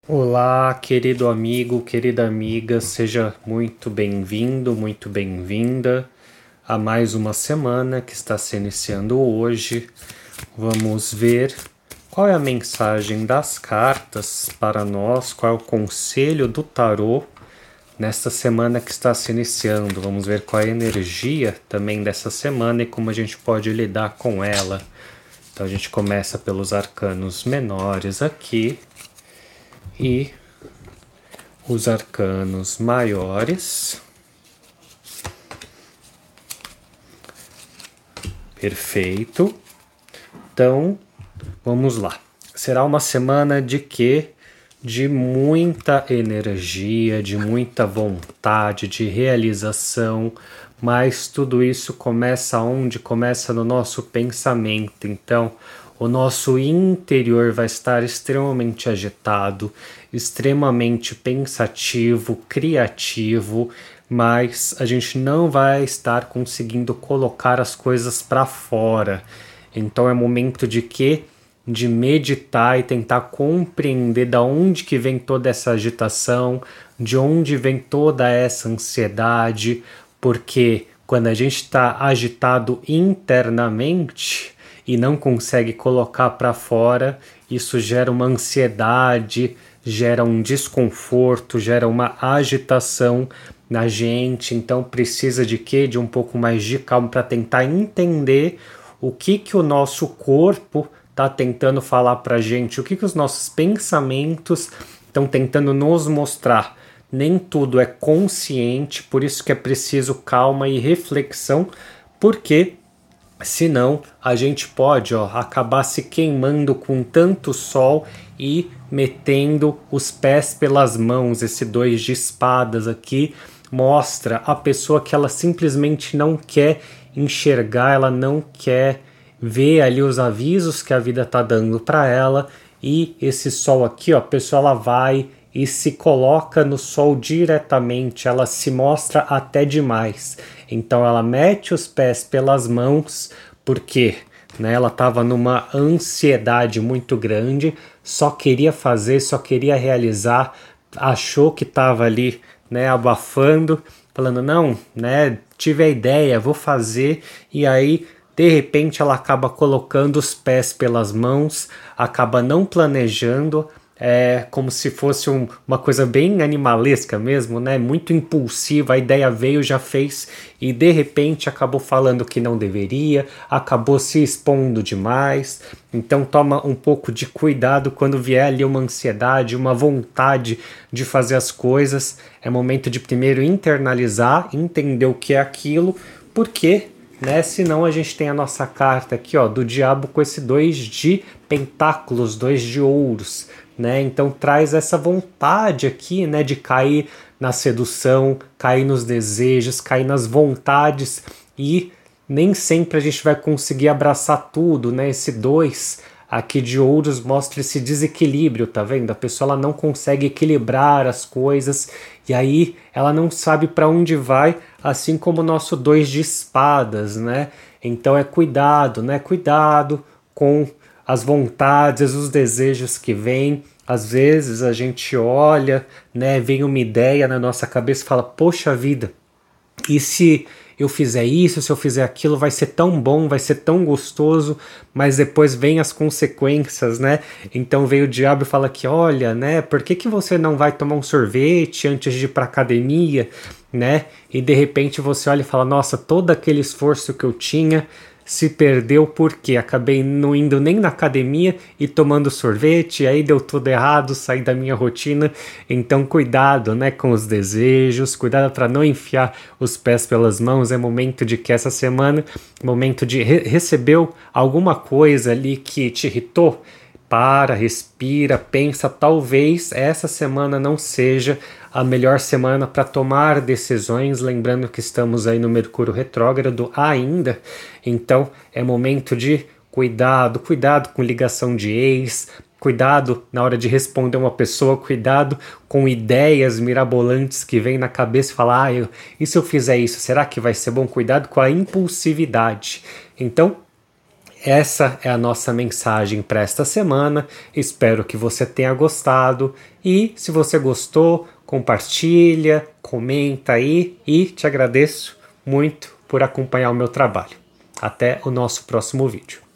Olá, querido amigo, querida amiga, seja muito bem-vindo, muito bem-vinda a mais uma semana que está se iniciando hoje. Vamos ver qual é a mensagem das cartas para nós, qual é o conselho do tarô nesta semana que está se iniciando. Vamos ver qual é a energia também dessa semana e como a gente pode lidar com ela. Então a gente começa pelos arcanos menores aqui e os arcanos maiores. Perfeito. Então, vamos lá. Será uma semana de quê? De muita energia, de muita vontade, de realização, mas tudo isso começa onde? Começa no nosso pensamento. Então, o nosso interior vai estar extremamente agitado, extremamente pensativo, criativo, mas a gente não vai estar conseguindo colocar as coisas para fora. Então é momento de quê? De meditar e tentar compreender da onde que vem toda essa agitação, de onde vem toda essa ansiedade, porque quando a gente está agitado internamente e não consegue colocar para fora, isso gera uma ansiedade, gera um desconforto, gera uma agitação na gente. Então precisa de quê? De um pouco mais de calma para tentar entender o que o nosso corpo está tentando falar para a gente, o que os nossos pensamentos estão tentando nos mostrar. Nem tudo é consciente, por isso que é preciso calma e reflexão, porque senão a gente pode acabar se queimando com tanto sol e metendo os pés pelas mãos. Esse 2 de espadas aqui mostra a pessoa que ela simplesmente não quer enxergar, ela não quer ver ali os avisos que a vida está dando para ela. E esse sol aqui, a pessoa ela vai e se coloca no sol diretamente, ela se mostra até demais. Então ela mete os pés pelas mãos, porque ela estava numa ansiedade muito grande, só queria fazer, só queria realizar, achou que estava ali abafando, falando, não, tive a ideia, vou fazer, e aí de repente ela acaba colocando os pés pelas mãos, acaba não planejando, como se fosse uma coisa bem animalesca mesmo, muito impulsiva, a ideia veio, já fez e de repente acabou falando que não deveria, acabou se expondo demais. Então toma um pouco de cuidado quando vier ali uma ansiedade, uma vontade de fazer as coisas. É momento de primeiro internalizar, entender o que é aquilo, porque senão a gente tem a nossa carta aqui do diabo com esse 2 de pentáculos, 2 de ouros, então traz essa vontade aqui de cair na sedução, cair nos desejos, cair nas vontades, e nem sempre a gente vai conseguir abraçar tudo, esse 2 aqui de ouros mostra esse desequilíbrio, tá vendo? A pessoa ela não consegue equilibrar as coisas e aí ela não sabe para onde vai, assim como o nosso 2 de espadas, Então é cuidado, Cuidado com as vontades, os desejos que vêm. Às vezes a gente olha, vem uma ideia na nossa cabeça e fala, poxa vida, e se eu fizer isso, se eu fizer aquilo, vai ser tão bom, vai ser tão gostoso, mas depois vem as consequências, Então veio o diabo e fala que, olha, por que você não vai tomar um sorvete antes de ir pra academia, E de repente você olha e fala, nossa, todo aquele esforço que eu tinha se perdeu porque acabei não indo nem na academia e tomando sorvete, aí deu tudo errado, saí da minha rotina. Então cuidado, com os desejos, cuidado para não enfiar os pés pelas mãos. É momento de que essa semana, momento de recebeu alguma coisa ali que te irritou, para, respira, pensa, talvez essa semana não seja a melhor semana para tomar decisões, lembrando que estamos aí no Mercúrio retrógrado ainda, então é momento de cuidado com ligação de ex, cuidado na hora de responder uma pessoa, cuidado com ideias mirabolantes que vêm na cabeça e falar, e se eu fizer isso, será que vai ser bom? Cuidado com a impulsividade. Então, Essa é a nossa mensagem para esta semana. Espero que você tenha gostado e se você gostou, compartilha, comenta aí e te agradeço muito por acompanhar o meu trabalho. Até o nosso próximo vídeo.